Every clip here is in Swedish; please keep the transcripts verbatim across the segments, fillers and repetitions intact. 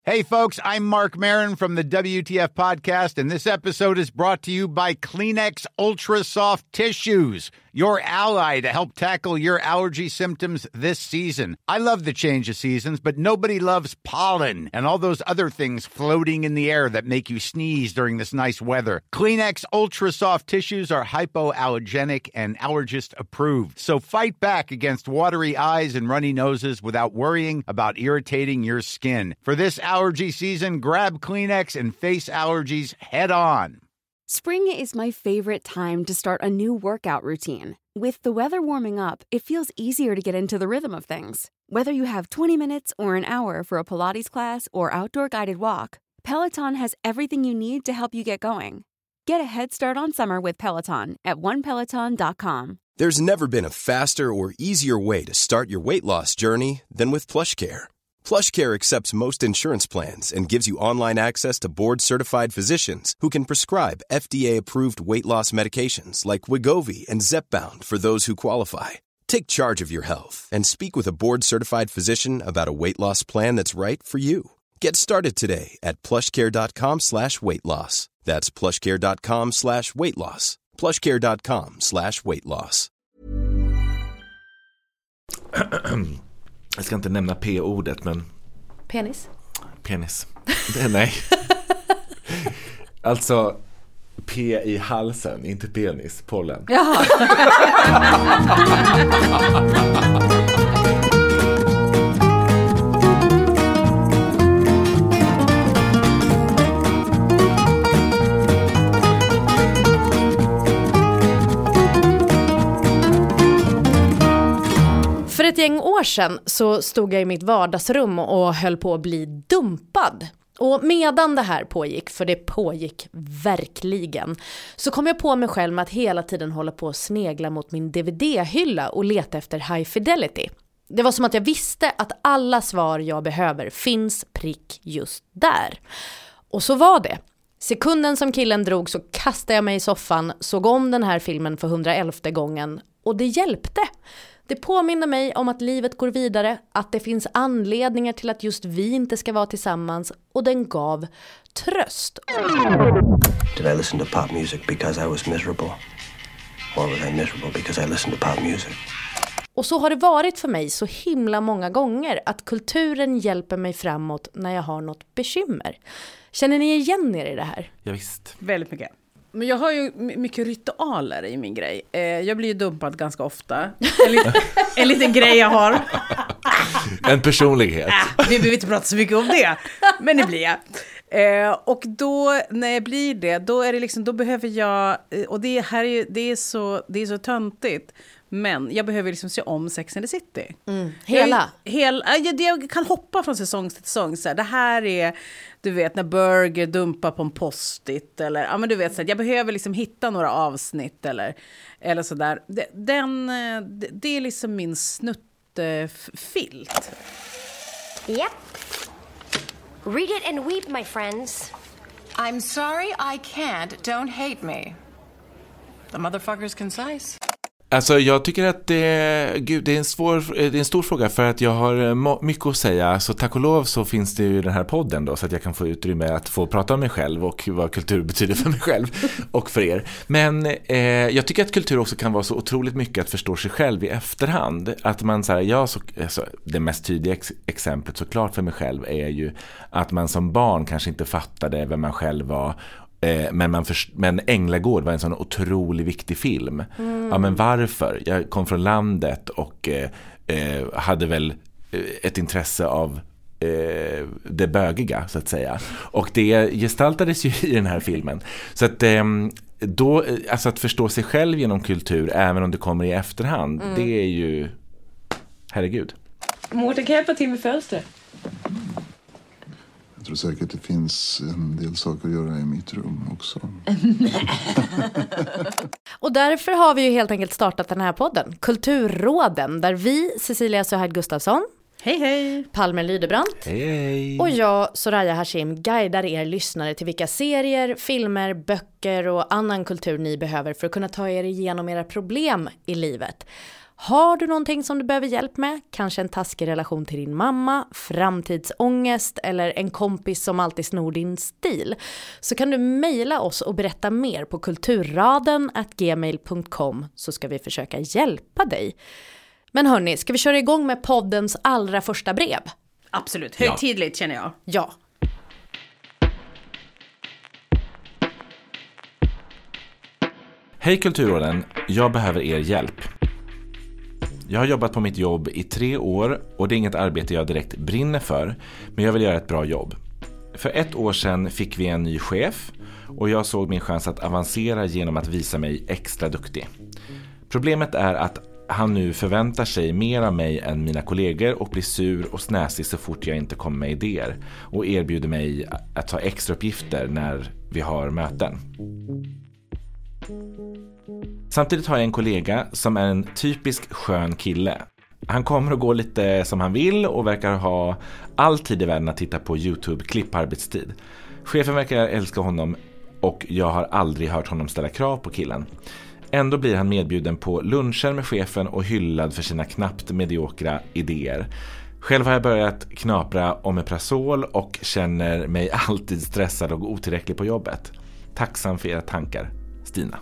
Hey, folks, I'm Mark Maron from the W T F Podcast, and this episode is brought to you by Kleenex Ultra Soft Tissues, your ally to help tackle your allergy symptoms this season. I love the change of seasons, but nobody loves pollen and all those other things floating in the air that make you sneeze during this nice weather. Kleenex Ultra Soft Tissues are hypoallergenic and allergist approved, so fight back against watery eyes and runny noses without worrying about irritating your skin. For this allergy season, grab Kleenex and face allergies head on. Spring is my favorite time to start a new workout routine. With the weather warming up, it feels easier to get into the rhythm of things. Whether you have twenty minutes or an hour for a Pilates class or outdoor guided walk, Peloton has everything you need to help you get going. Get a head start on summer with Peloton at one peloton dot com. There's never been a faster or easier way to start your weight loss journey than with PlushCare. PlushCare accepts most insurance plans and gives you online access to board-certified physicians who can prescribe F D A-approved weight loss medications like Wegovy and Zepbound for those who qualify. Take charge of your health and speak with a board-certified physician about a weight loss plan that's right for you. Get started today at plushcare.com slash weight loss. That's plushcare.com slash weight loss. plushcare.com slash weight loss. Jag ska inte nämna P-ordet, men... Penis? Penis. Det, nej. Alltså, P i halsen, inte penis, pollen. Jaha. För ett gäng år sedan så stod jag i mitt vardagsrum och höll på att bli dumpad. Och medan det här pågick, för det pågick verkligen, så kom jag på mig själv med att hela tiden hålla på att snegla mot min D V D-hylla och leta efter high fidelity. Det var som att jag visste att alla svar jag behöver finns prick just där. Och så var det. Sekunden som killen drog så kastade jag mig i soffan, såg om den här filmen för hundraelfte gången och det hjälpte. Det påminner mig om att livet går vidare, att det finns anledningar till att just vi inte ska vara tillsammans, och den gav tröst. Did I listen to pop music because I was miserable? Or was I miserable because I listened to pop music? Och så har det varit för mig så himla många gånger, att kulturen hjälper mig framåt när jag har något bekymmer. Känner ni igen er i det här? Ja, visst. Väldigt mycket. Men jag har ju mycket ritualer i min grej. Jag blir ju dumpad ganska ofta. En, lit- en liten grej jag har. En personlighet. Äh, vi behöver inte prata så mycket om det. Men det blir jag. Eh, och då, när jag blir det, då är det liksom, då behöver jag, och det här är, det är så, det är så töntigt. Men jag behöver liksom se om Sex and the City. Mm. Hela? Jag, hel, jag, jag kan hoppa från säsong till säsong. Så här, det här är, du vet, när Burger dumpar på en post-it. Eller, ja, men du vet, så här, jag behöver liksom hitta några avsnitt. Eller, eller sådär. Den, det, det är liksom min snuttfilt. Yep. Read it and weep, my friends. I'm sorry I can't. Don't hate me. The motherfucker's concise. Alltså jag tycker att det, gud, det är en svår, det är en stor fråga, för att jag har mycket att säga. Så tack och lov så finns det ju den här podden då, så att jag kan få utrymme att få prata om mig själv och vad kultur betyder för mig själv och för er. Men eh, jag tycker att kultur också kan vara så otroligt mycket att förstå sig själv i efterhand. Att man så här, ja, så, alltså, det mest tydliga ex- exemplet såklart för mig själv är ju att man som barn kanske inte fattade vem man själv var. Men, man för, men Änglagård var en sån otroligt viktig film. Mm. Ja, men varför? Jag kom från landet och eh, hade väl ett intresse av eh, det bögiga, så att säga. Och det gestaltades ju i den här filmen. Så att eh, då, alltså att förstå sig själv genom kultur, även om det kommer i efterhand, mm. det är ju, herregud. Mårten, kan jag hjälpa till med fönstret? Jag tror säkert det finns en del saker att göra i mitt rum också. Och därför har vi ju helt enkelt startat den här podden, Kulturråden, där vi, Cecilia Söhard Gustafsson, hej hej, Palmer Lydebrant, hej hej, och jag, Soraya Hashim, guidar er lyssnare till vilka serier, filmer, böcker och annan kultur ni behöver för att kunna ta er igenom era problem i livet. Har du någonting som du behöver hjälp med, kanske en taskig relation till din mamma, framtidsångest eller en kompis som alltid snor din stil, så kan du mejla oss och berätta mer på kulturraden at gmail punkt com, så ska vi försöka hjälpa dig. Men hörni, ska vi köra igång med poddens allra första brev? Absolut, högtidligt känner jag. Ja. Hej Kulturråden, jag behöver er hjälp. Jag har jobbat på mitt jobb i tre år och det är inget arbete jag direkt brinner för, men jag vill göra ett bra jobb. För ett år sedan fick vi en ny chef och jag såg min chans att avancera genom att visa mig extra duktig. Problemet är att han nu förväntar sig mer av mig än mina kollegor och blir sur och snäsig så fort jag inte kommer med idéer och erbjuder mig att ta extra uppgifter när vi har möten. Samtidigt har jag en kollega som är en typisk skön kille. Han kommer och går lite som han vill och verkar ha all tid i världen att titta på YouTube-klipp på arbetstid. Chefen verkar älska honom och jag har aldrig hört honom ställa krav på killen. Ändå blir han medbjuden på luncher med chefen och hyllad för sina knappt mediokra idéer. Själv har jag börjat knapra omeprazol och känner mig alltid stressad och otillräcklig på jobbet. Tacksam för era tankar, Stina.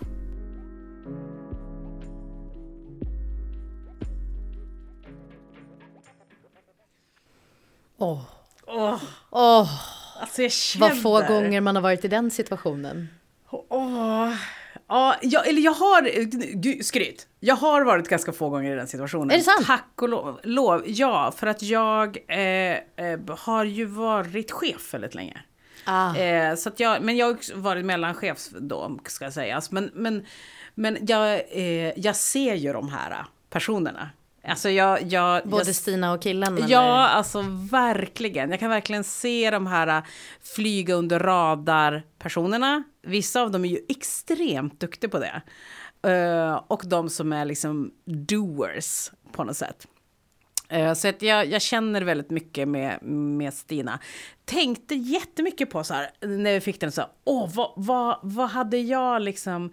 Åh. Åh. Åh. Alltså jag känner... Vad få gånger man har varit i den situationen. Åh. Ja, jag, eller jag har... Gud, skryt. Jag har varit ganska få gånger i den situationen. Är det sant? Tack och lov. lov ja, för att jag eh, eh, har ju varit chef väldigt länge. Ah. Eh, så att jag, men jag har varit mellanchef då, ska jag säga. Men, men, men jag, eh, jag ser ju de här personerna. Alltså jag, jag, Både jag, Stina och killen? Eller? Ja, alltså verkligen. Jag kan verkligen se de här flyga under radar personerna. Vissa av dem är ju extremt duktiga på det. Uh, och de som är liksom doers på något sätt. Uh, så att jag, jag känner väldigt mycket med, med Stina. Tänkte jättemycket på så här, när vi fick den så här, åh, vad, vad, vad hade jag liksom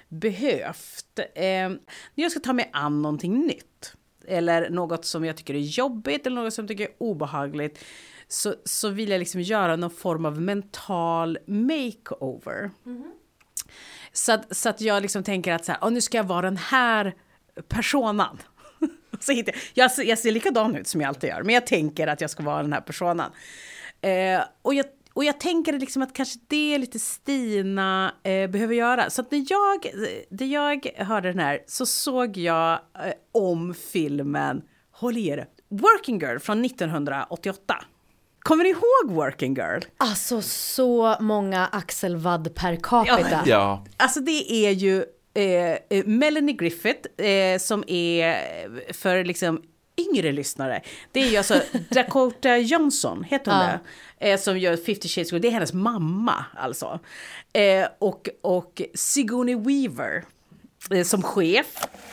behövt? Uh, när jag ska ta mig an någonting nytt. Eller något som jag tycker är jobbigt eller något som jag tycker är obehagligt, så, så vill jag liksom göra någon form av mental makeover. Mm. Så, att, så att jag liksom tänker att så här, nu ska jag vara den här personan. Så hittar jag, jag, jag ser likadan ut som jag alltid gör, men jag tänker att jag ska vara den här personan. Eh, och jag Och jag tänker liksom att kanske det är lite Stina eh, behöver göra. Så att när jag, när jag hörde den här så såg jag eh, om filmen, håll i er, Working Girl från nittonhundraåttioåtta. Kommer ni ihåg Working Girl? Alltså så många axelvadd per capita. Ja. ja. Alltså det är ju eh, Melanie Griffith eh, som är för liksom yngre lyssnare. Det är ju alltså Dakota Johnson, heter hon ja. det? Eh, som gör Fifty Shades of Grey. Det är hennes mamma alltså. Eh, och, och Sigourney Weaver eh, som chef.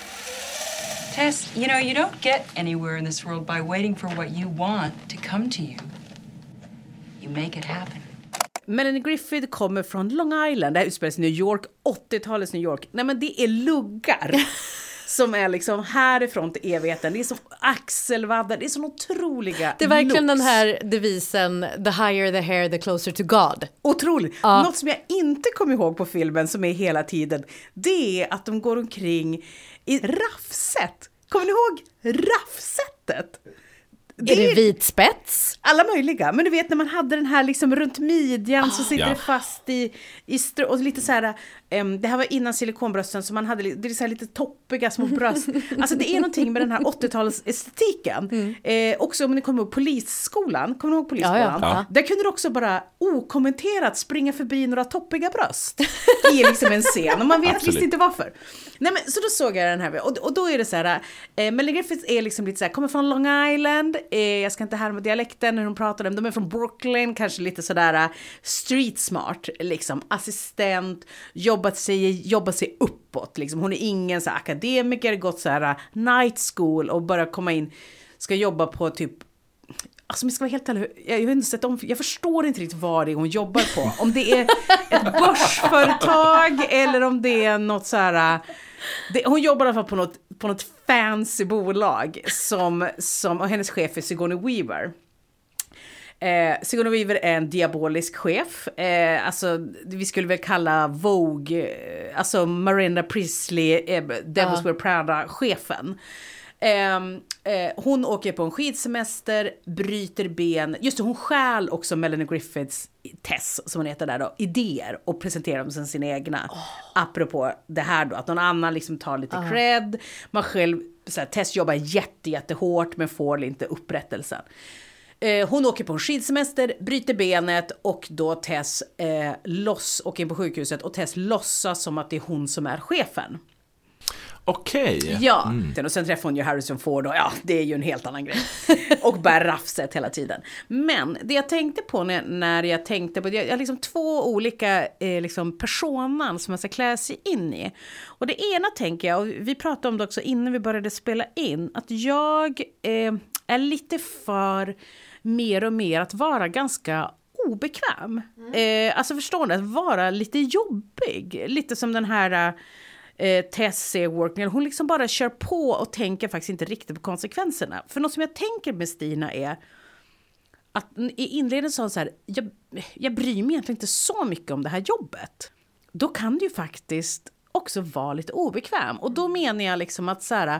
Tess, you know, you don't get anywhere in this world by waiting for what you want to come to you. You make it happen. Melanie Griffith kommer från Long Island. Det här utspelas i New York, åttiotalets New York. Nej, men det är luggar. Som är liksom härifrån till evigheten. Det är som axelvaddar. Det är så otroliga Det är verkligen looks. Den här devisen, the higher the hair, the closer to God. Otroligt. Ja. Något som jag inte kommer ihåg på filmen som är hela tiden, det är att de går omkring i raffset. Kommer ni ihåg raffsetet? Det är det vit spets? Alla möjliga. Men du vet när man hade den här liksom runt midjan ah, så sitter ja. det fast i, i strö, och lite så här, um, det här var innan silikonbrösten så man hade det är så här lite toppiga små bröst. Alltså det är någonting med den här åttio-tals estetiken. Mm. Eh, också om ni kommer ihåg polisskolan, kommer ni ihåg polisskolan? Ja, ja. Ja. Där kunde du också bara okommenterat springa förbi några toppiga bröst i liksom en scen och man vet visst inte varför. Nej, men så då såg jag den här och, och då är det så här, eh, Melanie Griffith är liksom lite så här, kommer från Long Island. Jag ska inte härma dialekten när hon pratar om. De är från Brooklyn, kanske lite sådär street smart, liksom assistent, jobbat sig, jobbat sig uppåt. Liksom. Hon är ingen så akademiker, gått så här night school och bara komma in, ska jobba på typ Alltså om jag ska vara helt ärlig, jag, jag, inte sett om, jag förstår inte riktigt vad det är hon jobbar på. Om det är ett börsföretag eller om det är något så här... Det, hon jobbar i alla fall på något, på något fancy bolag som, som, och hennes chef är Sigourney Weaver. Eh, Sigourney Weaver är en diabolisk chef. Eh, alltså, vi skulle väl kalla Vogue, eh, alltså Miranda Priestley, eh, Devils Wear Prada-chefen. Eh, eh, hon åker på en skidsemester, bryter ben. Just det, hon stjäl också Melanie Griffiths Tess, som hon heter där då, idéer och presenterar dem som sina egna. Oh. Apropå det här då, att någon annan liksom tar lite uh. cred. Man själv, så här, Tess jobbar jätte, jättehårt men får inte upprättelsen. Eh, hon åker på en skidsemester, bryter benet och då Tess eh, loss, åker in på sjukhuset och Tess låtsas som att det är hon som är chefen. Okej. Okay. Ja, mm. och sen träffar hon ju Harrison Ford och ja, det är ju en helt annan grej. Och bär raffset hela tiden. Men det jag tänkte på när, när jag tänkte på, jag har liksom två olika eh, liksom personan som man ska klä sig in i. Och det ena tänker jag, och vi pratade om det också innan vi började spela in, att jag eh, är lite för mer och mer att vara ganska obekväm. Mm. Eh, alltså förstår ni, att vara lite jobbig. Lite som den här... Eh, Tess working. Hon liksom bara kör på och tänker faktiskt inte riktigt på konsekvenserna. För något som jag tänker med Stina är att i inledningen sa hon så här, jag, jag bryr mig egentligen inte så mycket om det här jobbet. Då kan du ju faktiskt också vara lite obekväm. Och då menar jag liksom att så här,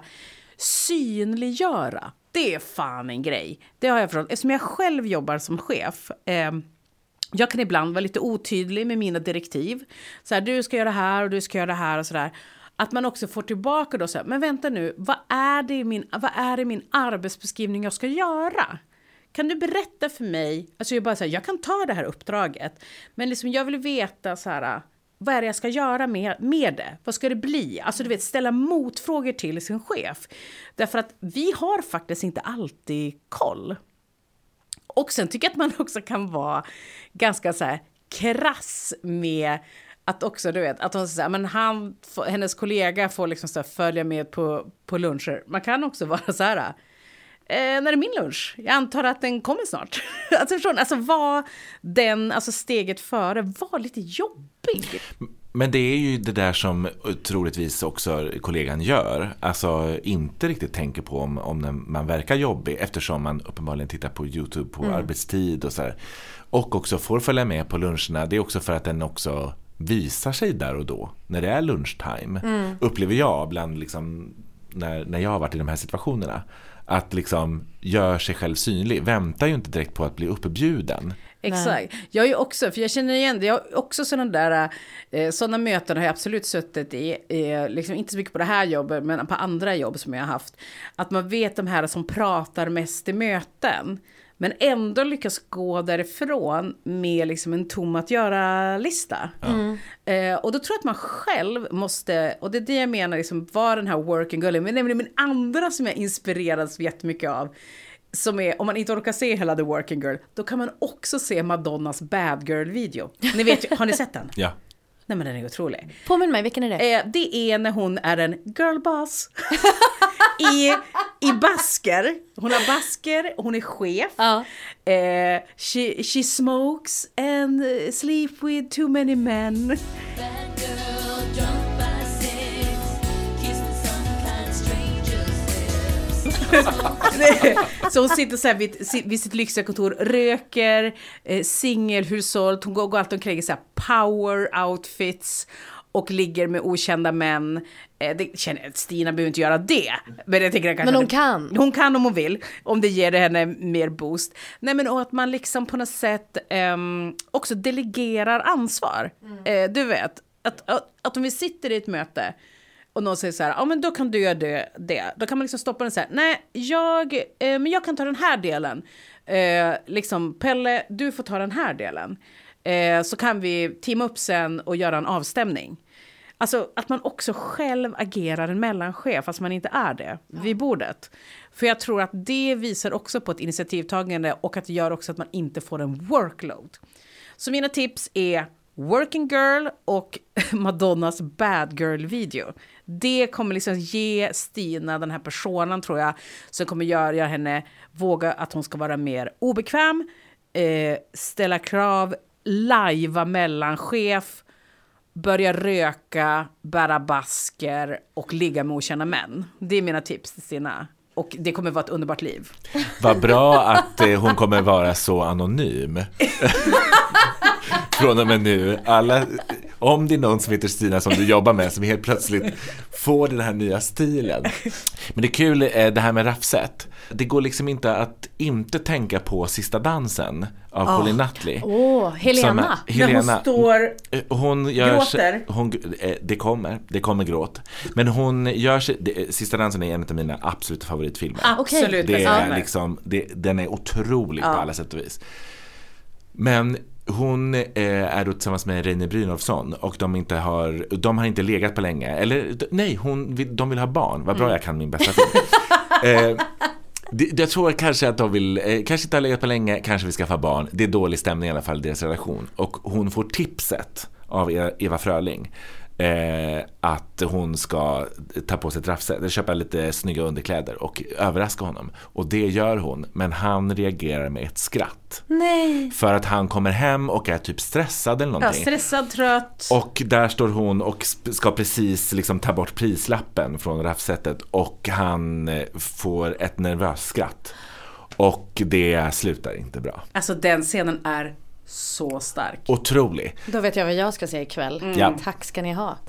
synliggöra, det är fan en grej. Det har jag förstått. Eftersom jag själv jobbar som chef, eh, jag kan ibland vara lite otydlig med mina direktiv. Så här, du ska göra det här och du ska göra det här och sådär. Att man också får tillbaka då så här, men vänta nu, vad är det i min, vad är det i min arbetsbeskrivning jag ska göra? Kan du berätta för mig, alltså jag bara säger, jag kan ta det här uppdraget, men liksom jag vill veta så här, vad är det jag ska göra med, med det? Vad ska det bli? Alltså du vet, ställa motfrågor till sin chef. Därför att vi har faktiskt inte alltid koll. Och sen tycker jag att man också kan vara ganska så här krass med att också, du vet, att hon säger, men han, hennes kollega får liksom så här följa med på, på luncher. Man kan också vara så här, eh, när är min lunch? Jag antar att den kommer snart. Alltså förstår, alltså var den, alltså steget före var lite jobbig. Men det är ju det där som troligtvis också kollegan gör. Alltså inte riktigt tänker på om, om man verkar jobbig, eftersom man uppenbarligen tittar på YouTube på mm. arbetstid och så här. Och också får följa med på luncherna. Det är också för att den också visar sig där och då, när det är lunchtime. Mm. Upplever jag bland liksom, när, när jag har varit i de här situationerna. Att liksom gör sig själv synlig. Väntar ju inte direkt på att bli uppbjuden. Exakt. Jag är ju också, för jag känner igen det, jag har också sådana där, eh, sådana möten har jag absolut suttit i, eh, liksom inte så mycket på det här jobbet, men på andra jobb som jag har haft. Att man vet de här som pratar mest i möten, men ändå lyckas gå därifrån med liksom en tom att göra-lista. Mm. Eh, och då tror jag att man själv måste, och det är det jag menar, liksom, vara den här working girl. Men nämligen min andra som jag inspireras jättemycket av, som är, om man inte orkar se hela The Working Girl, då kan man också se Madonnas Bad Girl-video. Ni vet, har ni sett den? Ja. Nej, men den är otrolig. Påminn mig, vilken är det? Eh, det är när hon är en girlboss i, i basker. Hon har basker, hon är chef. Ja. Eh, she, she smokes and sleep with too many men. Bad girl, drunk by six, kiss some kind strangers. Så hon sitter så här vid, vid sitt lyxiga kontor, röker, eh, singelhushåll, hon går, går alltid omkring i så här power outfits och ligger med okända män. Eh, det, känner, Stina behöver inte göra det. Men, jag tänker, men hon kan. Hon kan om hon vill. Om det ger henne mer boost. Nej, men och att man liksom på något sätt eh, också delegerar ansvar. Mm. Eh, du vet, att, att, att om vi sitter i ett möte och någon säger så här, ja men då kan du göra det, det. Då kan man liksom stoppa den så här, nej, jag, eh, men jag kan ta den här delen. Eh, liksom, Pelle, du får ta den här delen. Eh, så kan vi teama upp sen och göra en avstämning. Alltså att man också själv agerar en mellanchef, fast man inte är det vid bordet. För jag tror att det visar också på ett initiativtagande och att det gör också att man inte får en workload. Så mina tips är, Working Girl och Madonnas Bad Girl-video. Det kommer liksom ge Stina den här personen, tror jag, som kommer göra henne våga att hon ska vara mer obekväm, eh, ställa krav, lajva mellanchef, börja röka, bära basker och ligga med okända män. Det är mina tips till Stina. Och det kommer vara ett underbart liv. Vad bra att eh, hon kommer vara så anonym. Från och med nu. Alla, om det är någon som heter Stina som du jobbar med som helt plötsligt får den här nya stilen. Men det är kul det här med raffset. Det går liksom inte att inte tänka på Sista dansen av oh. Colin Nutley. Åh, oh, Helena. Är, Helena. När hon står hon gör gråter. Hon, det kommer, det kommer gråt. Men hon gör sig, det, Sista dansen är en av mina absoluta favoritfilmer. Absolut. Det är liksom, det, den är otrolig ja. på alla sätt och vis. Men hon eh, är då tillsammans med Reine Brynolfsson och de inte har de har inte legat på länge. Eller nej, hon de vill ha barn. Vad bra mm. jag kan min bästa film. eh, det, jag tror kanske att de vill eh, kanske inte har legat på länge, kanske vi ska få barn. Det är dålig stämning i alla fall i deras relation. Och hon får tipset av Eva Fröling Eh, att hon ska ta på sig ett raffset eller köpa lite snygga underkläder och överraska honom. Och det gör hon, men han reagerar med ett skratt. Nej. För att han kommer hem och är typ stressad eller någonting. Ja, stressad, trött. Och där står hon och ska precis liksom ta bort prislappen från raffsetet och han får ett nervöst skratt. Och det slutar inte bra. Alltså den scenen är så stark. Otrolig. Då vet jag vad jag ska säga ikväll. Mm. Ja. Tack ska ni ha.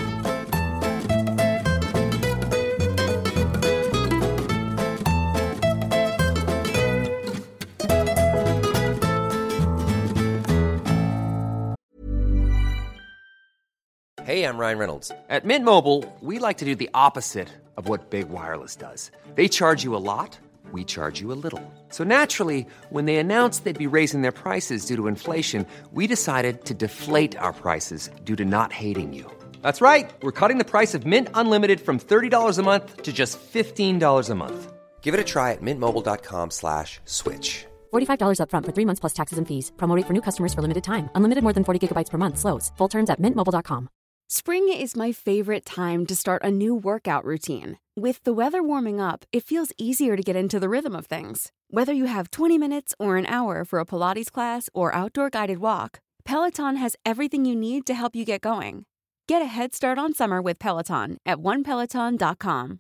Hey, I'm Ryan Reynolds. At Mint Mobile, we like to do the opposite of what Big Wireless does. They charge you a lot. We charge you a little. So naturally, when they announced they'd be raising their prices due to inflation, we decided to deflate our prices due to not hating you. That's right. We're cutting the price of Mint Unlimited from thirty dollars a month to just fifteen dollars a month. Give it a try at mintmobile.com slash switch. forty-five dollars up front for three months plus taxes and fees. Promo rate for new customers for limited time. Unlimited more than forty gigabytes per month. Slows full terms at mint mobile dot com. Spring is my favorite time to start a new workout routine. With the weather warming up, it feels easier to get into the rhythm of things. Whether you have twenty minutes or an hour for a Pilates class or outdoor guided walk, Peloton has everything you need to help you get going. Get a head start on summer with Peloton at one peloton dot com.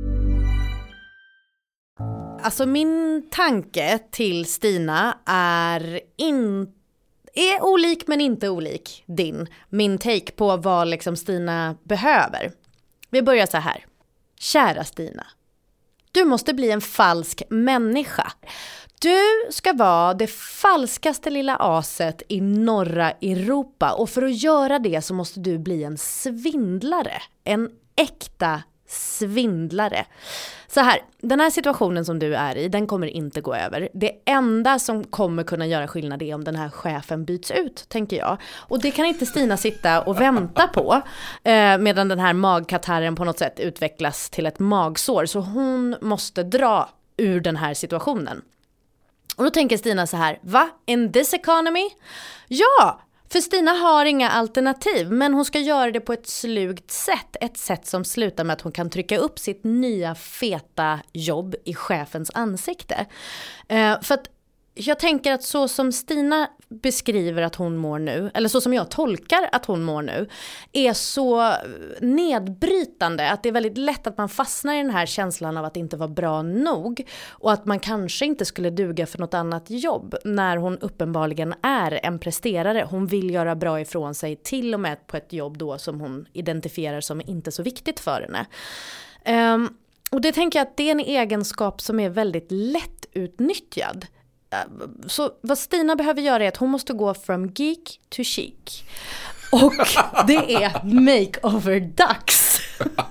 Alltså min tanke till Stina är inte är olik men inte olik din. Min take på vad liksom Stina behöver. Vi börjar så här. Kära Stina. Du måste bli en falsk människa. Du ska vara det falskaste lilla aset i norra Europa. Och för att göra det så måste du bli en svindlare. En äkta svindlare. Så här, den här situationen som du är i, den kommer inte gå över. Det enda som kommer kunna göra skillnad är om den här chefen byts ut, tänker jag. Och det kan inte Stina sitta och vänta på eh, medan den här magkatarren på något sätt utvecklas till ett magsår. Så hon måste dra ur den här situationen. Och då tänker Stina så här, va? In this economy? Ja! För Stina har inga alternativ, men hon ska göra det på ett slugt sätt. Ett sätt som slutar med att hon kan trycka upp sitt nya feta jobb i chefens ansikte. Eh, för att jag tänker att så som Stina beskriver att hon mår nu, eller så som jag tolkar att hon mår nu, är så nedbrytande att det är väldigt lätt att man fastnar i den här känslan av att det inte var bra nog och att man kanske inte skulle duga för något annat jobb när hon uppenbarligen är en presterare. Hon vill göra bra ifrån sig, till och med på ett jobb då som hon identifierar som inte så viktigt för henne. Um, och det tänker jag att det är en egenskap som är väldigt lätt utnyttjad. Så vad Stina behöver göra är att hon måste gå from geek to chic. Och det är makeover-dags.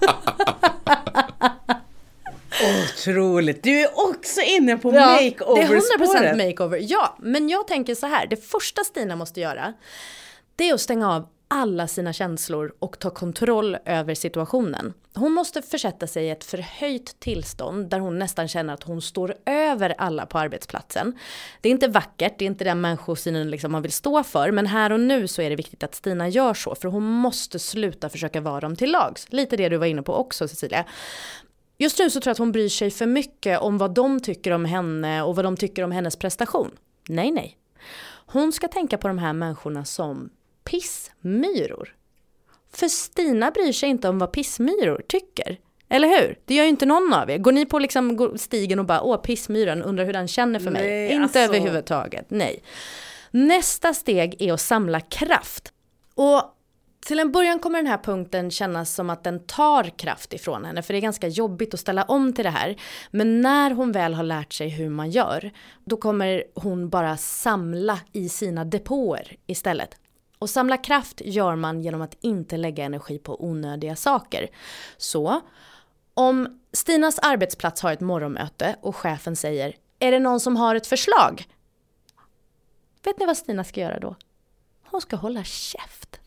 Otroligt. Du är också inne på ja, makeover-spåret. Det är hundra procent makeover. Ja, men jag tänker så här. Det första Stina måste göra, det är att stänga av alla sina känslor och ta kontroll över situationen. Hon måste försätta sig i ett förhöjt tillstånd där hon nästan känner att hon står över alla på arbetsplatsen. Det är inte vackert, det är inte den människosynen liksom man vill stå för, men här och nu så är det viktigt att Stina gör så, för hon måste sluta försöka vara dem till lags. Lite det du var inne på också, Cecilia. Just nu så tror jag att hon bryr sig för mycket om vad de tycker om henne och vad de tycker om hennes prestation. Nej, nej. Hon ska tänka på de här människorna som pissmyror. För Stina bryr sig inte om vad pissmyror tycker. Eller hur? Det gör ju inte någon av er. Går ni på liksom stigen och bara, åh, pissmyran, undrar hur den känner för mig? Nej, inte alltså... överhuvudtaget, nej. Nästa steg är att samla kraft. Och till en början kommer den här punkten kännas som att den tar kraft ifrån henne. För det är ganska jobbigt att ställa om till det här. Men när hon väl har lärt sig hur man gör, då kommer hon bara samla i sina depåer istället. Och samla kraft gör man genom att inte lägga energi på onödiga saker. Så om Stinas arbetsplats har ett morgonmöte och chefen säger, är det någon som har ett förslag? Vet ni vad Stina ska göra då? Hon ska hålla käft.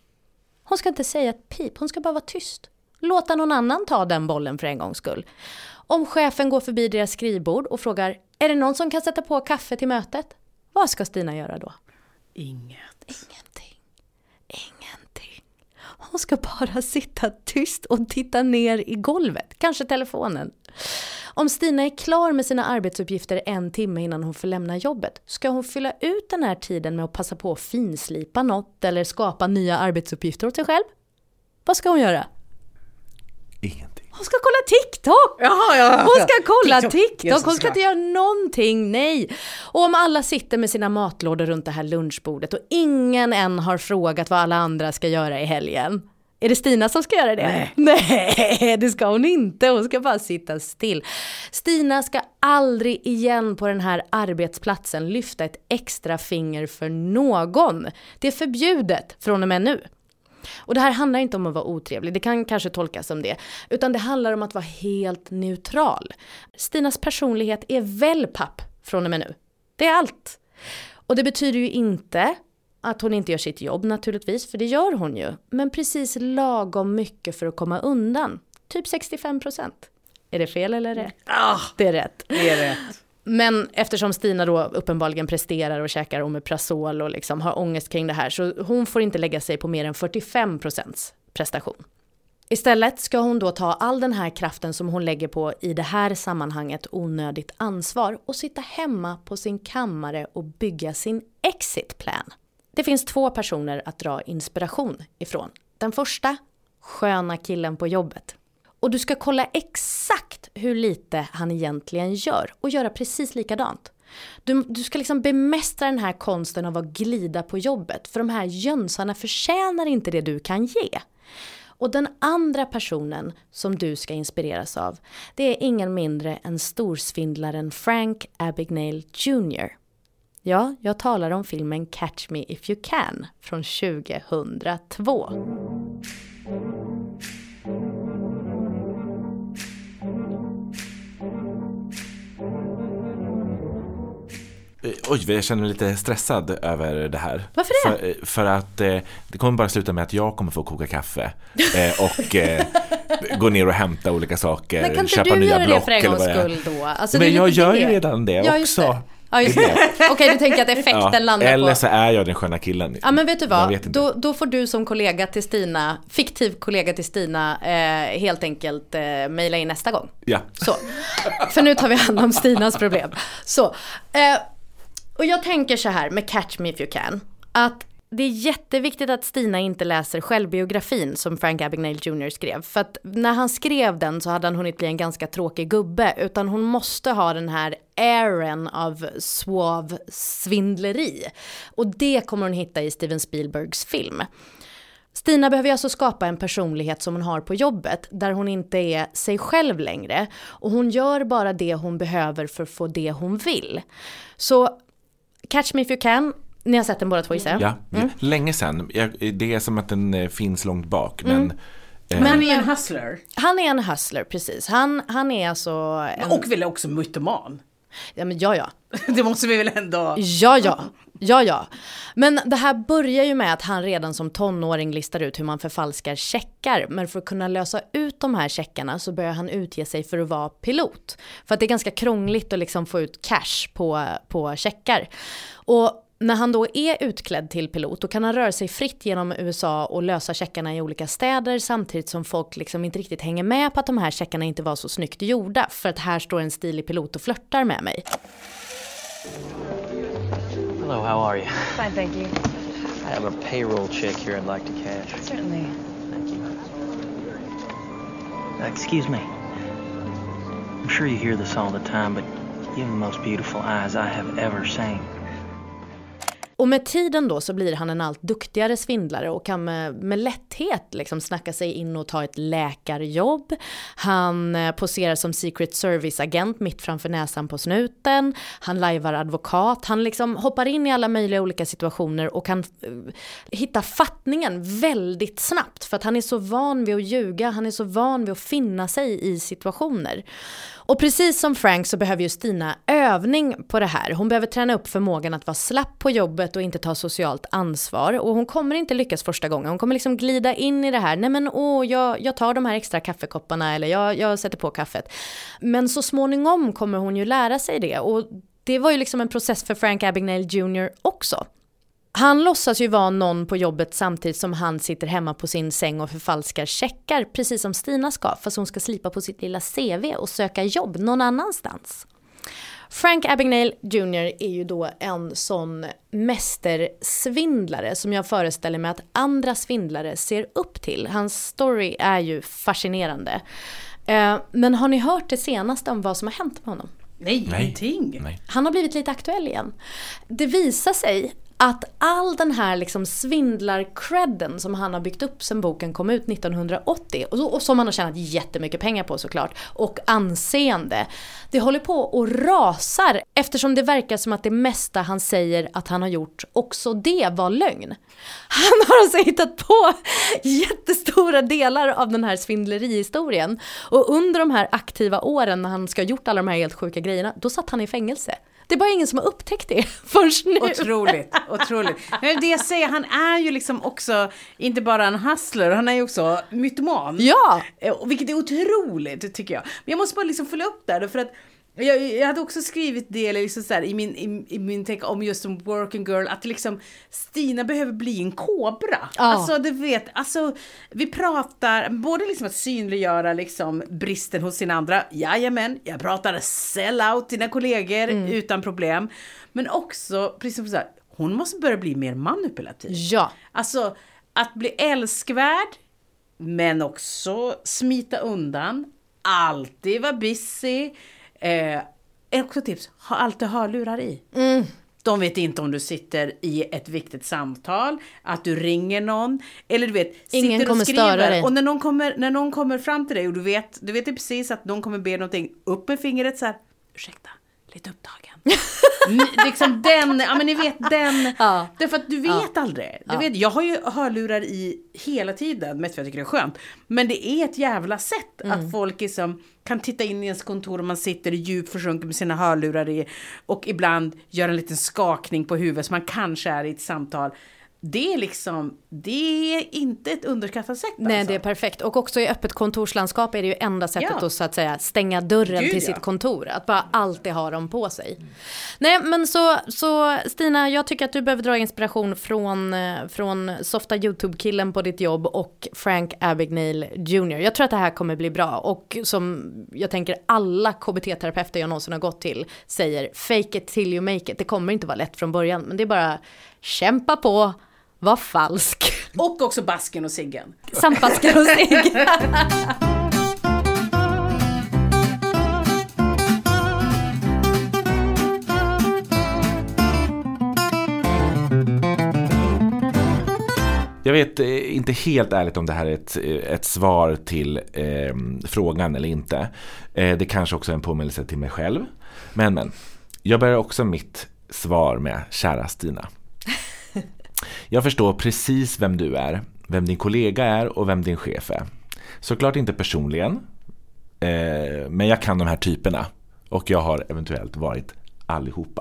Hon ska inte säga ett pip, hon ska bara vara tyst. Låta någon annan ta den bollen för en gångs skull. Om chefen går förbi deras skrivbord och frågar, är det någon som kan sätta på kaffe till mötet? Vad ska Stina göra då? Inget. Ingenting. Ingenting. Hon ska bara sitta tyst och titta ner i golvet. Kanske telefonen. Om Stina är klar med sina arbetsuppgifter en timme innan hon får lämna jobbet, ska hon fylla ut den här tiden med att passa på att finslipa något eller skapa nya arbetsuppgifter åt sig själv? Vad ska hon göra? Ingenting. Hon ska kolla TikTok! Jaha, ja, ja. Hon ska kolla TikTok, TikTok. TikTok. Hon ska inte göra någonting, nej. Och om alla sitter med sina matlådor runt det här lunchbordet och ingen än har frågat vad alla andra ska göra i helgen, är det Stina som ska göra det? Nej. Nej, det ska hon inte. Hon ska bara sitta still. Stina ska aldrig igen på den här arbetsplatsen lyfta ett extra finger för någon. Det är förbjudet från och med nu. Och det här handlar inte om att vara otrevlig. Det kan kanske tolkas som det. Utan det handlar om att vara helt neutral. Stinas personlighet är wellpapp från och med nu. Det är allt. Och det betyder ju inte att hon inte gör sitt jobb naturligtvis, för det gör hon ju. Men precis lagom mycket för att komma undan. Typ sextiofem procent. Är det fel eller rätt? Ah, det är rätt. Det är rätt. Men eftersom Stina då uppenbarligen presterar och käkar omeprazol och liksom har ångest kring det här, så hon får inte lägga sig på mer än fyrtiofem procents prestation. Istället ska hon då ta all den här kraften som hon lägger på i det här sammanhanget onödigt ansvar och sitta hemma på sin kammare och bygga sin exit plan. Det finns två personer att dra inspiration ifrån. Den första, sköna killen på jobbet. Och du ska kolla exakt hur lite han egentligen gör och göra precis likadant. Du, du ska liksom bemästra den här konsten av att glida på jobbet, för de här jönsarna förtjänar inte det du kan ge. Och den andra personen som du ska inspireras av, det är ingen mindre än storsvindlaren Frank Abagnale junior Ja, jag talar om filmen Catch Me If You Can från tjugohundratvå. Oj, jag känner mig lite stressad över det här. Varför det? För, för att eh, det kommer bara sluta med att jag kommer få koka kaffe eh, och eh, gå ner och hämta olika saker. Men kan inte köpa du nya göra block det för en gångs skull då? Alltså, men jag gör det. ju redan det ja, just också. Det. Ja, just det. Okej, okay, du tänker att effekten ja, landar eller på... Eller så är jag den sköna killen. Ja, men vet du vad? Vet då, då får du som kollega till Stina, fiktiv kollega till Stina, eh, helt enkelt eh, mejla in nästa gång. Ja. Så. För nu tar vi hand om Stinas problem. Så. Eh, och jag tänker så här med Catch Me If You Can, att det är jätteviktigt att Stina inte läser självbiografin som Frank Abagnale junior skrev. För att när han skrev den så hade han hunnit bli en ganska tråkig gubbe. Utan hon måste ha den här airen av suave svindleri. Och det kommer hon hitta i Steven Spielbergs film. Stina behöver alltså skapa en personlighet som hon har på jobbet, där hon inte är sig själv längre. Och hon gör bara det hon behöver för att få det hon vill. Så Catch Me If You Can... Ni har sett den båda två, gissar jag? Ja, mm. länge sedan. Jag, det är som att den eh, finns långt bak. Men, mm. eh. men han är en hustler. Han är en hustler, precis. Han, han är alltså... En... Och vill också mytoman. Ja, men ja, ja. Det måste vi väl ändå... Ja, ja. Ja, ja. Men det här börjar ju med att han redan som tonåring listar ut hur man förfalskar checkar. Men för att kunna lösa ut de här checkarna så börjar han utge sig för att vara pilot. För att det är ganska krångligt att liksom få ut cash på, på checkar. Och när han då är utklädd till pilot, då kan han röra sig fritt genom U S A och lösa checkarna i olika städer, samtidigt som folk liksom inte riktigt hänger med på att de här checkarna inte var så snyggt gjorda, för att här står en stilig pilot och flörtar med mig. Hello, how are you? Fine, thank you. I have a payroll check here I'd like to cash. Certainly. Thank you. Uh, excuse me. I'm sure you hear this all the time, but you have the most beautiful eyes I have ever seen. Och med tiden då så blir han en allt duktigare svindlare och kan med, med lätthet liksom snacka sig in och ta ett läkarjobb. Han eh, poserar som Secret Service-agent mitt framför näsan på snuten. Han lajvar advokat. Han liksom hoppar in i alla möjliga olika situationer och kan eh, hitta fattningen väldigt snabbt. För att han är så van vid att ljuga. Han är så van vid att finna sig i situationer. Och precis som Frank så behöver ju Stina övning på det här. Hon behöver träna upp förmågan att vara slapp på jobbet och inte ta socialt ansvar. Och hon kommer inte lyckas första gången. Hon kommer liksom glida in i det här. Nej men åh, jag, jag tar de här extra kaffekopparna eller jag, jag sätter på kaffet. Men så småningom kommer hon ju lära sig det. Och det var ju liksom en process för Frank Abagnale junior också. Han låtsas ju vara någon på jobbet samtidigt som han sitter hemma på sin säng och förfalskar checkar, precis som Stina ska, fast hon ska slipa på sitt lilla C V och söka jobb någon annanstans. Frank Abagnale junior är ju då en sån mästersvindlare som jag föreställer mig att andra svindlare ser upp till. Hans story är ju fascinerande. Men har ni hört det senaste om vad som har hänt med honom? Nej, Nej. ingenting. Nej. Han har blivit lite aktuell igen. Det visar sig att all den här liksom svindlar-credden som han har byggt upp sedan boken kom ut nittonhundraåttio och, och som han har tjänat jättemycket pengar på såklart och anseende, det håller på och rasar eftersom det verkar som att det mesta han säger att han har gjort också det var lögn. Han har alltså hittat på jättestora delar av den här svindlerihistorien och under de här aktiva åren när han ska ha gjort alla de här helt sjuka grejerna, då satt han i fängelse. Det är bara ingen som har upptäckt det först nu. Otroligt, otroligt. Men det jag säger, han är ju liksom också inte bara en hustler, han är ju också mytoman. Ja. Vilket är otroligt, tycker jag. Men jag måste bara liksom följa upp där, för att jag, jag hade också skrivit det liksom så här, i min, i, i min tänk om just som working girl, att liksom Stina behöver bli en kobra. Ja. Alltså du vet, alltså vi pratar både liksom att synliggöra liksom bristen hos sin andra. Jajamän, jag pratar sell out dina kollegor mm. utan problem. Men också, precis som så här, hon måste börja bli mer manipulativ. Ja. Alltså att bli älskvärd, men också smita undan, alltid vara busy. Eh, också tips, ha alltid hörlurar i. Mm. De vet inte om du sitter i ett viktigt samtal, att du ringer någon, eller du vet, ingen sitter kommer och skriver. Störa dig. Och när någon kommer, när någon kommer fram till dig och du vet, du vet precis att någon kommer be någonting, upp med fingret så här, ursäkta, lite upptagen. liksom den, ja men ni vet den, ja. Därför att du vet ja. aldrig. Du ja. vet, jag har ju hörlurar i hela tiden, mest för jag tycker det är skönt. Men det är ett jävla sätt mm. att folk liksom kan titta in i ens kontor och man sitter djupt försjunken med sina hörlurar i och ibland gör en liten skakning på huvudet så man kanske är i ett samtal. Det är liksom, det är inte ett underskattat sätt. Nej, alltså. det är perfekt. Och också i öppet kontorslandskap är det ju enda sättet ja. att så att säga stänga dörren Gud, till ja. sitt kontor. Att bara alltid ha dem på sig. Mm. Nej, men så, så Stina, jag tycker att du behöver dra inspiration från, från softa YouTube-killen på ditt jobb och Frank Abagnale junior Jag tror att det här kommer bli bra. Och som jag tänker alla K B T-terapeuter jag någonsin har gått till säger, fake it till you make it. Det kommer inte vara lätt från början, men det är bara kämpa på. Var falsk. Och också basken och ciggen. Samt basken och ciggen. Jag vet inte helt ärligt om det här är ett, ett svar till eh, frågan eller inte. Eh, det kanske också är en påminnelse till mig själv. Men, men, jag börjar också mitt svar med kära Stina. Jag förstår precis vem du är, vem din kollega är och vem din chef är. Såklart inte personligen, eh, men jag kan de här typerna och jag har eventuellt varit allihopa.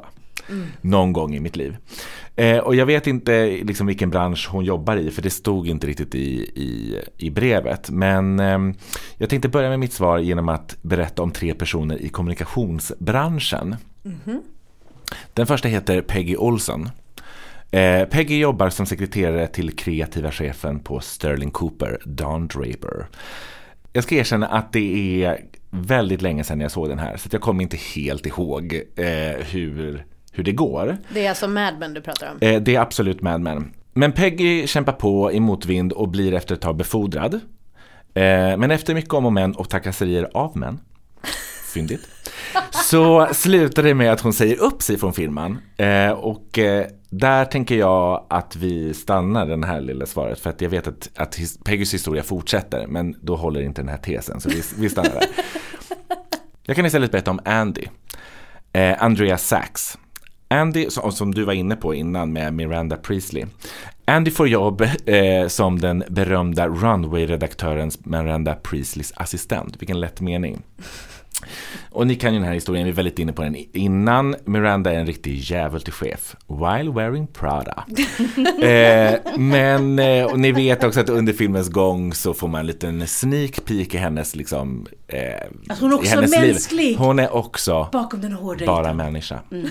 Mm. någon gång i mitt liv. Eh, och jag vet inte liksom vilken bransch hon jobbar i, för det stod inte riktigt i, i, i brevet. Men eh, jag tänkte börja med mitt svar genom att berätta om tre personer i kommunikationsbranschen. Mm-hmm. Den första heter Peggy Olson. Eh, Peggy jobbar som sekreterare till kreativa chefen på Sterling Cooper, Don Draper. Jag ska erkänna att det är väldigt länge sedan jag såg den här, så att jag kommer inte helt ihåg eh, hur, hur det går. Det är alltså Mad Men du pratar om? Eh, det är absolut Mad Men. Men Peggy kämpar på i motvind och blir efter ett tag befordrad. Eh, men efter mycket om och men och trakasserier av män, fyndigt, så slutar det med att hon säger upp sig från firman. Eh, och eh, där tänker jag att vi stannar den här lilla svaret, för att jag vet att, att his- Peggys historia fortsätter, men då håller inte den här tesen, så vi, vi stannar där. Jag kan istället berätta om Andy. Eh, Andrea Sachs. Andy, som, som du var inne på innan med Miranda Priestley. Andy får jobb eh, som den berömda Runway-redaktörens Miranda Priestleys assistent. Vilken lätt mening. Och ni kan ju den här historien, vi är väldigt inne på den innan. Miranda är en riktig jävel till chef while wearing Prada. eh, men eh, och ni vet också att under filmens gång så får man en liten sneak peek i hennes liksom eh, att hon också är mänsklig. Liv. Hon är också bakom den hårda bara människa. Mm.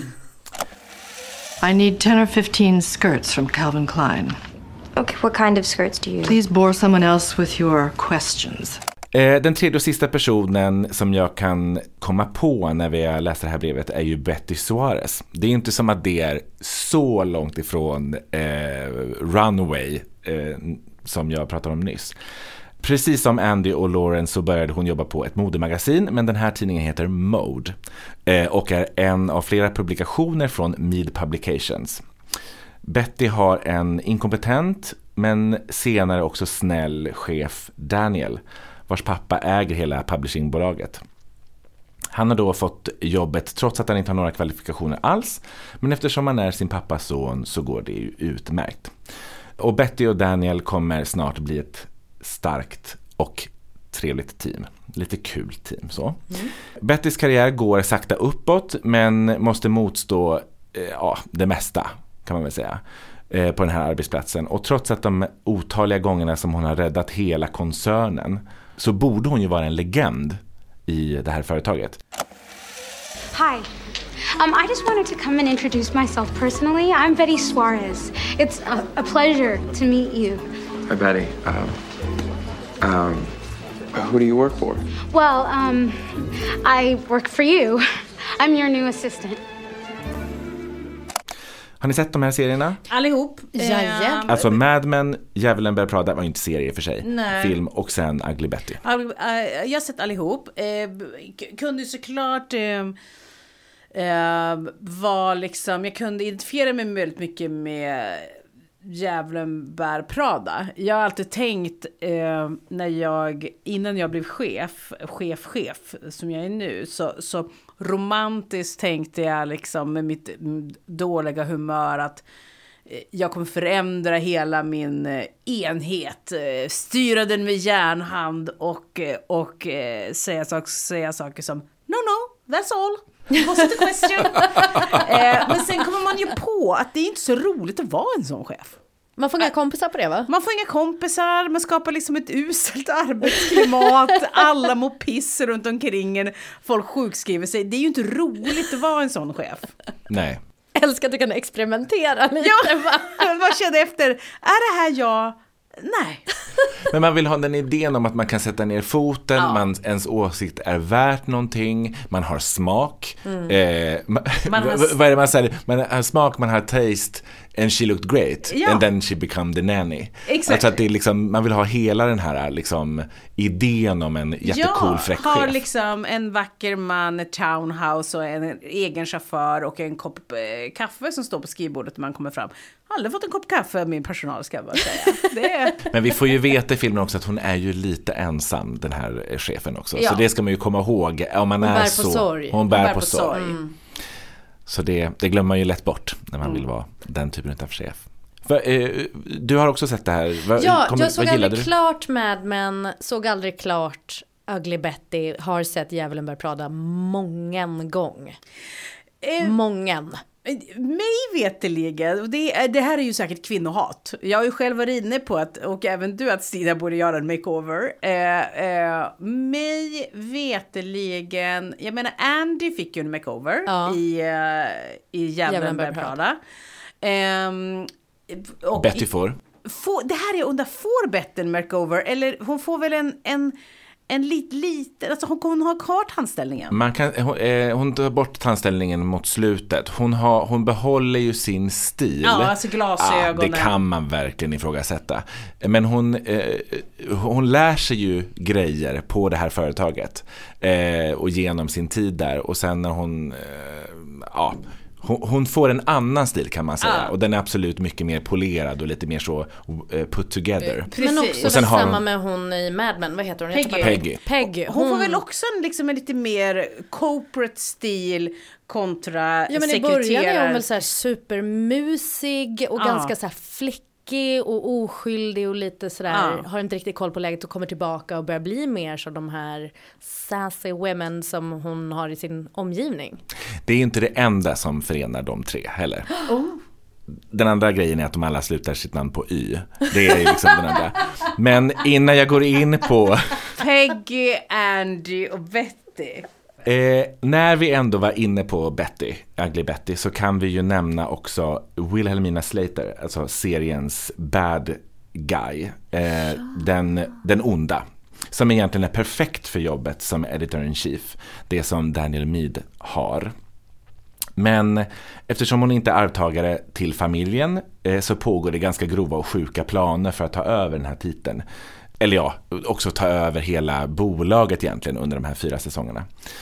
I need ten or fifteen skirts from Calvin Klein. Okay, what kind of skirts do you use? Please bore someone else with your questions. Den tredje och sista personen som jag kan komma på när vi läser det här brevet är ju Betty Suarez. Det är inte som att det är så långt ifrån eh, Runway eh, som jag pratade om nyss. Precis som Andy och Lauren så började hon jobba på ett modemagasin, men den här tidningen heter Mode eh, och är en av flera publikationer från Mead Publications. Betty har en inkompetent men senare också snäll chef, Daniel, vars pappa äger hela publishingbolaget. Han har då fått jobbet trots att han inte har några kvalifikationer alls, men eftersom han är sin pappas son så går det ju utmärkt. Och Betty och Daniel kommer snart bli ett starkt och trevligt team. Lite kul team så. Mm. Bettys karriär går sakta uppåt, men måste motstå eh, ja, det mesta kan man väl säga eh, på den här arbetsplatsen. Och trots att de otaliga gångerna som hon har räddat hela koncernen så borde hon ju vara en legend i det här företaget. Hi. Um, I just wanted to come and introduce myself personally. I'm Betty Suarez. It's a, a pleasure to meet you. Hi, Betty. Um, um, who do you work for? Well, um, I work for you. I'm your new assistant. Har ni sett de här serierna? Allihop. Jajamän. Alltså Mad Men, Djävulen bär Prada var inte serie för sig. Nej. Film och sen Ugly Betty. Jag har sett allihop. Kunde såklart var liksom, jag kunde identifiera mig väldigt mycket med Djävulen bär Prada. Jag har alltid tänkt eh, när jag, innan jag blev chef, chef, chef som jag är nu, så, så romantiskt tänkte jag liksom med mitt dåliga humör att eh, jag kommer förändra hela min eh, enhet, eh, styra den med järnhand och, eh, och eh, säga, sak, säga saker som no, no, that's all. What's the question? eh, men sen kommer man ju på att det är inte så roligt att vara en sån chef. Man får inga kompisar på det, va? Man får inga kompisar, man skapar liksom ett uselt arbetsklimat, alla mår piss runt omkring en, folk sjukskriver sig. Det är ju inte roligt att vara en sån chef. Nej. Jag älskar att du kan experimentera lite. Ja, man bara kände efter, är det här jag... Nej. Men man vill ha den idén om att man kan sätta ner foten, ja. man, ens åsikt är värt någonting, man har smak. Mm. Eh, man, man har... v- vad är det man säger? Man har smak, man har taste, and she looked great, ja. and then she become the nanny. Exakt. Alltså att det är liksom, man vill ha hela den här liksom, idén om en jättecool ja, fräck har chef. liksom en vacker man, ett townhouse och en egen chaufför och en kopp eh, kaffe som står på skrivbordet när man kommer fram. Jag har aldrig fått en kopp kaffe av min personal, ska jag bara säga. Det är... Men vi får ju veta i filmen också att hon är ju lite ensam, den här chefen också. Ja. Så det ska man ju komma ihåg. Om man hon är bär så, på sorg. Hon bär, hon bär på, på sorg. sorg. Mm. Så det, det glömmer man ju lätt bort när man Mm. vill vara den typen av chef. För, eh, du har också sett det här. Vad, Ja, kommer, jag såg vad gillade aldrig du? klart Mad Men, såg aldrig klart Ugly Betty, har sett Djävulen bär Prada mången gång. Eh, Mången. Mig veteligen, och det, det här är ju säkert kvinnohat. Jag har ju själv varit inne på att, och även du, att Stina borde göra en makeover. Eh, eh, mig veteligen, jag menar Andy fick ju en makeover ja. i, uh, i Djävulen bär Prada. Eh, och Betty får. får. Det här är undrar, får Betty en makeover? Eller hon får väl en... en En lite, lite, alltså hon kommer ha kvar tandställningen. Man kan, hon, eh, hon tar bort tandställningen mot slutet. Hon, har, hon behåller ju sin stil. Ja, alltså glasögonen. Ja, det kan man verkligen ifrågasätta. Men hon, eh, hon lär sig ju grejer på det här företaget. Eh, och genom sin tid där. Och sen när hon... Eh, ja... Hon får en annan stil kan man säga ah. och den är absolut mycket mer polerad och lite mer så uh, put together. Precis. Men också och sen har samma hon... med hon i Mad Men, vad heter hon? Peggy. Peggy. Peggy. Hon... hon får väl också en, liksom, en lite mer corporate stil kontra ja, men i början är hon väl så här supermusig och ah. ganska så här flickig och oskyldig och lite sådär, ah. har inte riktigt koll på läget och kommer tillbaka och börjar bli mer som de här sassy women som hon har i sin omgivning. Det är inte det enda som förenar de tre heller. Oh. Den andra grejen är att de alla slutar sitt namn på Y. Det är liksom den andra. Men innan jag går in på Peggy, Andy och Betty. Eh, när vi ändå var inne på Betty, Ugly Betty, så kan vi ju nämna också Wilhelmina Slater, alltså seriens bad guy, eh, den, den onda, som egentligen är perfekt för jobbet som editor-in-chief, det som Daniel Mead har. Men eftersom hon inte är arvtagare till familjen eh, så pågår det ganska grova och sjuka planer för att ta över den här titeln. Eller ja, också ta över hela bolaget egentligen under de här fyra säsongerna.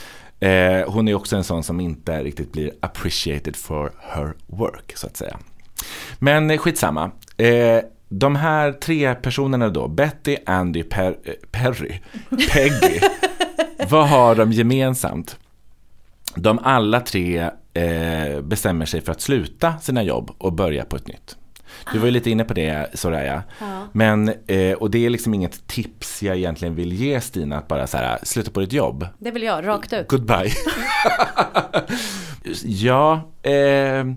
Eh, hon är också en sån som inte riktigt blir appreciated for her work, så att säga. Men skitsamma. Eh, de här tre personerna då, Betty, Andy, per, eh, Perry, Peggy, vad har de gemensamt? De alla tre eh, bestämmer sig för att sluta sina jobb och börja på ett nytt. Du var ju lite inne på det, Soraya. Ja. Men, eh, och det är liksom inget tips jag egentligen vill ge Stina, att bara så här, sluta på ditt jobb. Det vill jag, rakt ut. Goodbye. ja, eh,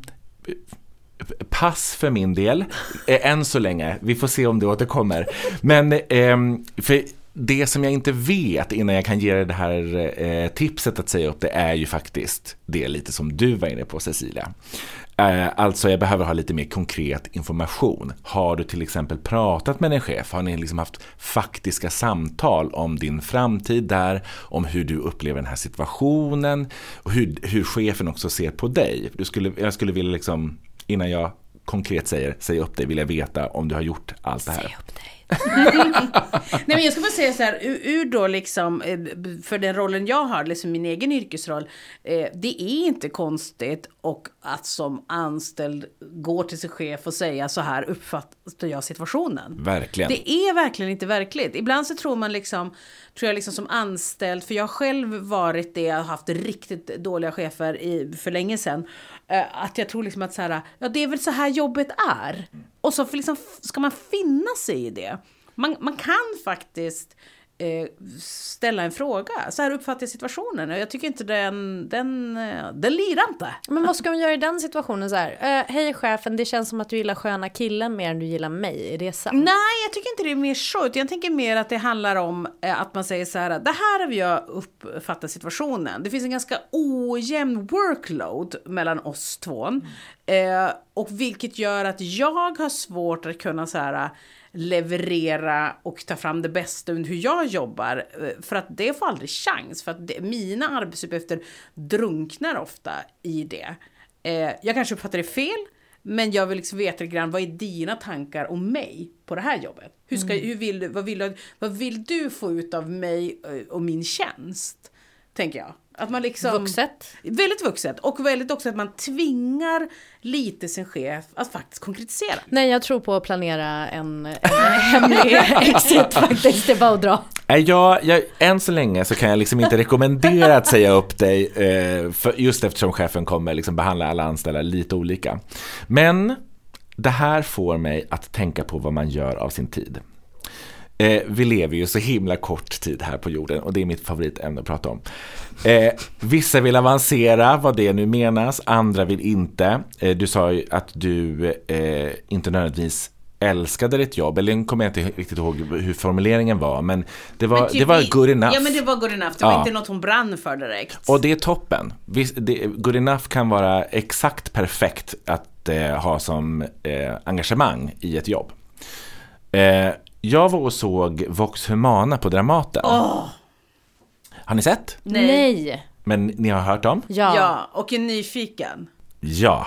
pass för min del. Eh, än så länge. Vi får se om det återkommer. Men, eh, för det som jag inte vet innan jag kan ge dig det här eh, tipset att säga upp, det är ju faktiskt det lite som du var inne på, Cecilia. Eh, alltså jag behöver ha lite mer konkret information. Har du till exempel pratat med din chef? Har ni liksom haft faktiska samtal om din framtid där? Om hur du upplever den här situationen? Och hur, hur chefen också ser på dig? Du skulle, jag skulle vilja liksom, innan jag konkret säger säg upp dig, vill jag veta om du har gjort allt det här. Säg upp dig. Nej, men jag ska bara säga så här, ur, ur då liksom, för den rollen jag har, liksom min egen yrkesroll, eh, det är inte konstigt och att som anställd gå till sin chef och säga så här uppfattar jag situationen. Verkligen. Det är verkligen inte verkligt. Ibland så tror man liksom, tror jag liksom som anställd, för jag har själv varit det, jag har haft riktigt dåliga chefer i, för länge sedan, eh, att jag tror liksom att så här, ja det är väl så här jobbet är. Och så liksom, ska man finna sig i det. Man, man kan faktiskt eh, ställa en fråga. Så här uppfattar jag situationen. Jag tycker inte den, den, den lirar inte. Men vad ska man göra i den situationen? Så här, eh, hej chefen, det känns som att du gillar sköna killen mer än du gillar mig. Är det sant? Nej, jag tycker inte det är mer så. Jag tänker mer att det handlar om eh, att man säger så här. Det här har jag uppfattat situationen. Det finns en ganska ojämn workload mellan oss två. Mm. Eh, och vilket gör att jag har svårt att kunna så här leverera och ta fram det bästa under hur jag jobbar, för att det får aldrig chans, för att det, mina arbetsuppgifter drunknar ofta i det. Eh, jag kanske uppfattar det fel, men jag vill liksom veta lite grann, vad är dina tankar om mig på det här jobbet? Hur ska, mm. hur vill du, vad, vill du, vad vill du få ut av mig och min tjänst? Tänker jag. Att man liksom, vuxet. Väldigt vuxet. Och väldigt också att man tvingar lite sin chef att faktiskt konkretisera. Nej, jag tror på att planera en, en hemlig exit faktiskt. Det är bara att dra. Ja, jag, än så länge så kan jag liksom inte rekommendera att säga upp dig, eh, för just eftersom chefen kommer liksom behandla alla anställda lite olika. Men det här får mig att tänka på vad man gör av sin tid. Eh, vi lever ju så himla kort tid här på jorden och det är mitt favoritämne att prata om. Eh, vissa vill avancera, vad det nu menas, andra vill inte. Eh, du sa ju att du eh, inte nödvändigtvis älskade ditt jobb, eller jag kommer inte riktigt ihåg hur formuleringen var, men det var, men typ det var vi, good enough. Ja, men det var good enough, det var ja. inte något hon brann för direkt. Och det är toppen. Visst, det, good enough kan vara exakt perfekt att eh, ha som eh, engagemang i ett jobb. Eh, jag var och såg Vox Humana på Dramaten. Oh. Har ni sett? Nej. Men ni har hört om? Ja, ja och är nyfiken. Ja.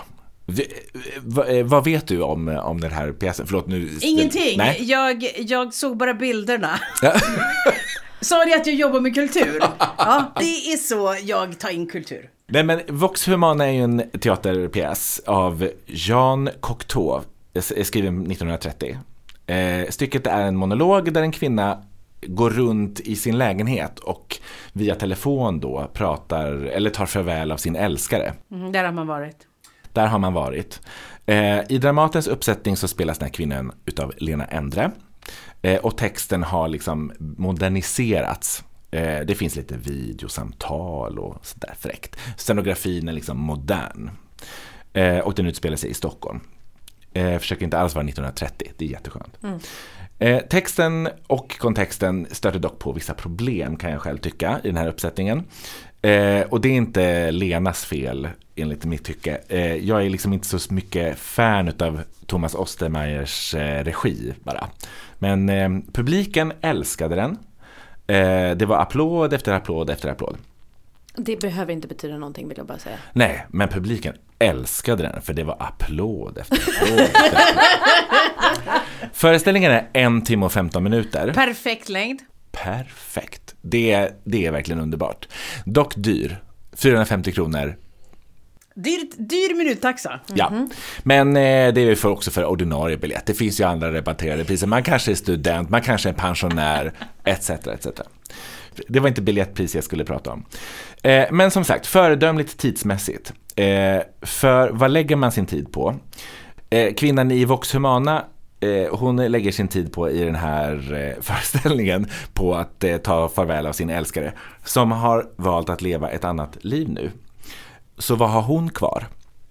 V- vad vet du om, om den här pjäsen? Förlåt, nu... Ingenting. Nej. Jag, jag såg bara bilderna. Ja. Sa det att jag jobbar med kultur? Ja, det är så jag tar in kultur. Nej, men Vox Humana är ju en teaterpjäs av Jean Cocteau, skriven nittonhundratrettio. Eh, stycket är en monolog där en kvinna går runt i sin lägenhet och via telefon då pratar eller tar farväl av sin älskare. Mm, där har man varit. Där har man varit. Eh, I Dramatens uppsättning så spelas den här kvinnan utav Lena Endre. Eh, och texten har liksom moderniserats. Eh, det finns lite videosamtal och sådär fräckt. Scenografin är liksom modern. Eh, och den utspelar sig i Stockholm. Eh, försöker inte alls vara nittonhundratrettio, det är jätteskönt. Mm. Eh, texten och kontexten stöter dock på vissa problem, kan jag själv tycka, i den här uppsättningen. Eh, och det är inte Lenas fel, enligt mitt tycke. Eh, jag är liksom inte så mycket fan av Thomas Ostermeyers eh, regi bara. Men eh, publiken älskade den. Eh, det var applåd efter applåd efter applåd. Det behöver inte betyda någonting, vill jag bara säga. Nej, men publiken älskade den för det var applåd efter applåd. Efter applåd. Föreställningen är en timme och femton minuter. Perfekt längd. Perfekt. Det, det är verkligen underbart. Dock dyr. fyrahundrafemtio kronor. Dyr, dyr minuttaxa. Mm-hmm. Ja, men eh, det är för också för ordinarie biljett. Det finns ju andra rabatterade priser. Man kanske är student, man kanske är pensionär, et cetera et cetera. Det var inte biljettpris jag skulle prata om. Eh, men som sagt, föredömligt tidsmässigt. Eh, för vad lägger man sin tid på? Eh, kvinnan i Vox Humana, eh, hon lägger sin tid på i den här eh, föreställningen på att eh, ta farväl av sin älskare som har valt att leva ett annat liv nu. Så vad har hon kvar?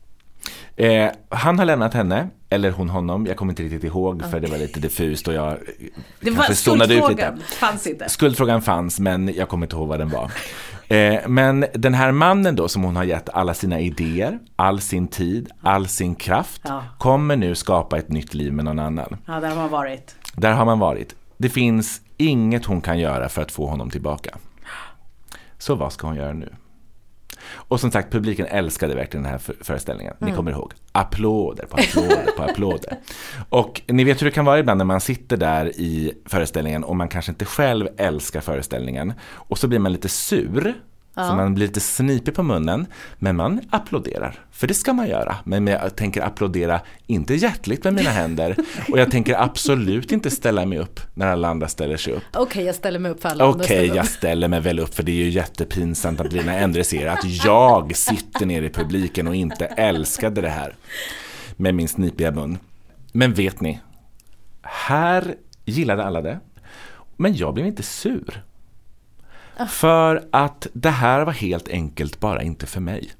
Eh, han har lämnat henne, eller hon honom, jag kommer inte riktigt ihåg för det var lite diffust och jag det var skuldfrågan fanns inte. Skuldfrågan fanns, men jag kommer inte ihåg vad den var. Eh, men den här mannen då som hon har gett alla sina idéer, all sin tid, all sin kraft, ja. kommer nu skapa ett nytt liv med någon annan. Ja, där har man varit. Där har man varit. Det finns inget hon kan göra för att få honom tillbaka. Så vad ska hon göra nu? Och som sagt, publiken älskade verkligen den här föreställningen. Ni mm. kommer ihåg. Applåder på applåder på applåder. Och ni vet hur det kan vara ibland när man sitter där i föreställningen och man kanske inte själv älskar föreställningen. Och så blir man lite sur. Ja. Så man blir lite snipig på munnen. Men man applåderar. För det ska man göra. Men jag tänker applådera inte hjärtligt med mina händer. Och jag tänker absolut inte ställa mig upp när alla andra ställer sig upp. Okej, okay, jag ställer mig upp för alla andra. Okej, okay, jag ställer mig väl upp. För det är ju jättepinsamt att Lena Endre ser att jag sitter nere i publiken och inte älskade det här. Med min snipiga mun. Men vet ni? Här gillade alla det. Men jag blev inte sur. För att det här var helt enkelt bara inte för mig.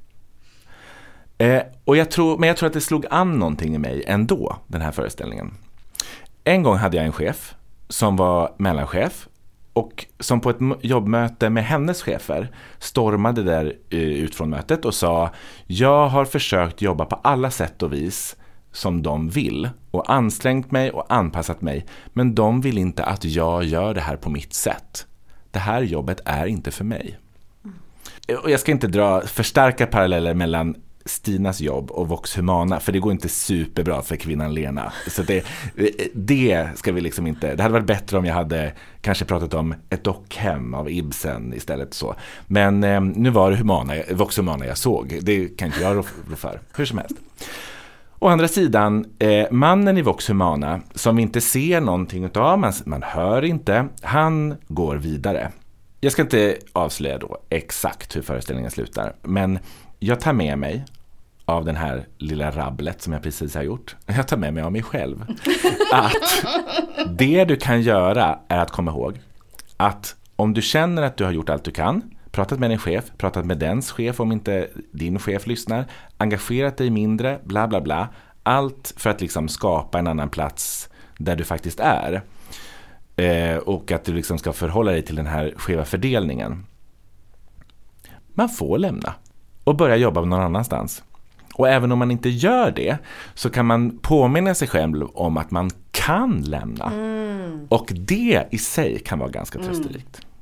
Eh, och jag tror, men jag tror att det slog an någonting i mig ändå, den här föreställningen. En gång hade jag en chef som var mellanchef och som på ett jobbmöte med hennes chefer stormade där ut från mötet och sa: jag har försökt jobba på alla sätt och vis som de vill och ansträngt mig och anpassat mig, men de vill inte att jag gör det här på mitt sätt. Det här jobbet är inte för mig. Mm. Och jag ska inte dra för starka paralleller mellan Stinas jobb och Vox Humana, för det går inte superbra för kvinnan Lena. Så det, det ska vi liksom inte... Det hade varit bättre om jag hade kanske pratat om Ett dockhem av Ibsen istället så. Men eh, nu var det humana, Vox Humana jag såg. Det kan inte jag rå för. Hur som helst. Å andra sidan, eh, mannen i Vox Humana som vi inte ser någonting utav, man, man hör inte, han går vidare. Jag ska inte avslöja då exakt hur föreställningen slutar, men jag tar med mig av den här lilla rabblet som jag precis har gjort. Jag tar med mig av mig själv att Det du kan göra är att komma ihåg att om du känner att du har gjort allt du kan, pratat med din chef, pratat med dens chef om inte din chef lyssnar, engagerat dig mindre, bla bla bla. Allt för att liksom skapa en annan plats där du faktiskt är. Eh, och att du liksom ska förhålla dig till den här skeva fördelningen. Man får lämna och börja jobba någon annanstans. Och även om man inte gör det så kan man påminna sig själv om att man kan lämna. Mm. Och det i sig kan vara ganska trösterikt. Mm.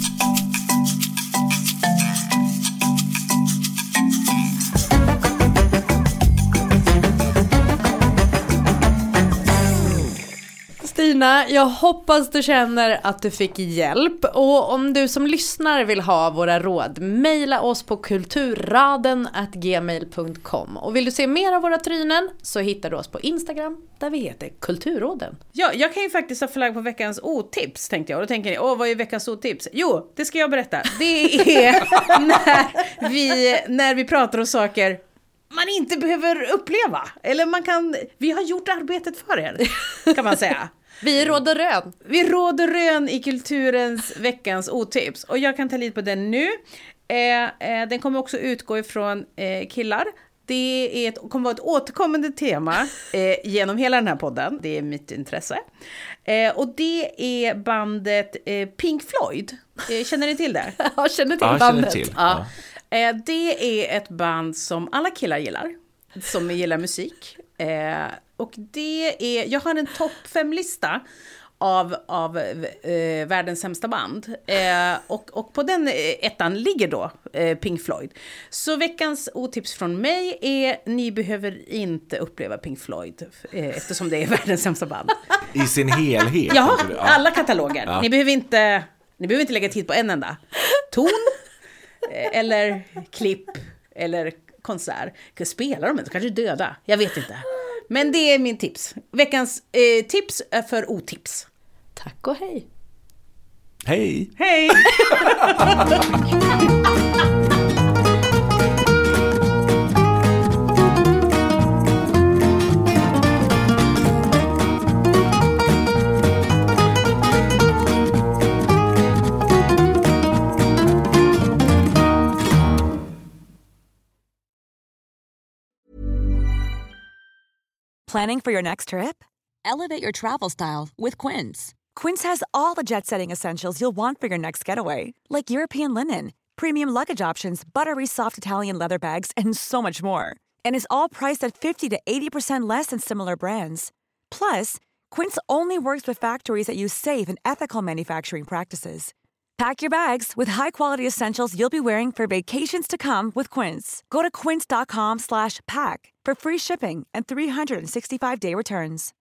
Stina, jag hoppas du känner att du fick hjälp, och om du som lyssnar vill ha våra råd, mejla oss på kulturraden at gmail punkt com. Och vill du se mer av våra trynen så hittar du oss på Instagram där vi heter Kulturråden. Ja, jag kan ju faktiskt ha förlag på veckans otips, tänkte jag. Och då tänker ni, åh, vad är veckans otips? Jo, det ska jag berätta. Det är när vi, när vi pratar om saker man inte behöver uppleva. Eller man kan, vi har gjort arbetet för er, kan man säga. Vi råder rön. Vi råder rön i kulturens veckans otips. Och jag kan ta lite på den nu. Eh, eh, den kommer också utgå ifrån eh, killar. Det är ett, kommer vara ett återkommande tema eh, genom hela den här podden. Det är mitt intresse. Eh, och det är bandet eh, Pink Floyd. Eh, känner ni till det? Ja, känner till ja, bandet. Känner till. Ja. Eh, det är ett band som alla killar gillar. Som gillar musik. Eh, och det är, jag har en topp fem-lista av, av eh, världens sämsta band. Eh, och, och på den ettan ligger då eh, Pink Floyd. Så veckans otips från mig är: ni behöver inte uppleva Pink Floyd eh, eftersom det är världens sämsta band. I sin helhet? Ja, alla kataloger. Ja. Ni behöver inte, ni behöver inte lägga tid på en enda ton eh, eller klipp eller konsert. Kan spela dem, kanske döda. Jag vet inte. Men det är min tips. Veckans eh, tips för otips. Tack och hej. Hej. Hej. Planning for your next trip? Elevate your travel style with Quince. Quince has all the jet-setting essentials you'll want for your next getaway, like European linen, premium luggage options, buttery soft Italian leather bags, and so much more. And is all priced at fifty to eighty percent less than similar brands. Plus, Quince only works with factories that use safe and ethical manufacturing practices. Pack your bags with high-quality essentials you'll be wearing for vacations to come with Quince. Go to quince dot com slash pack for free shipping and three sixty-five day returns.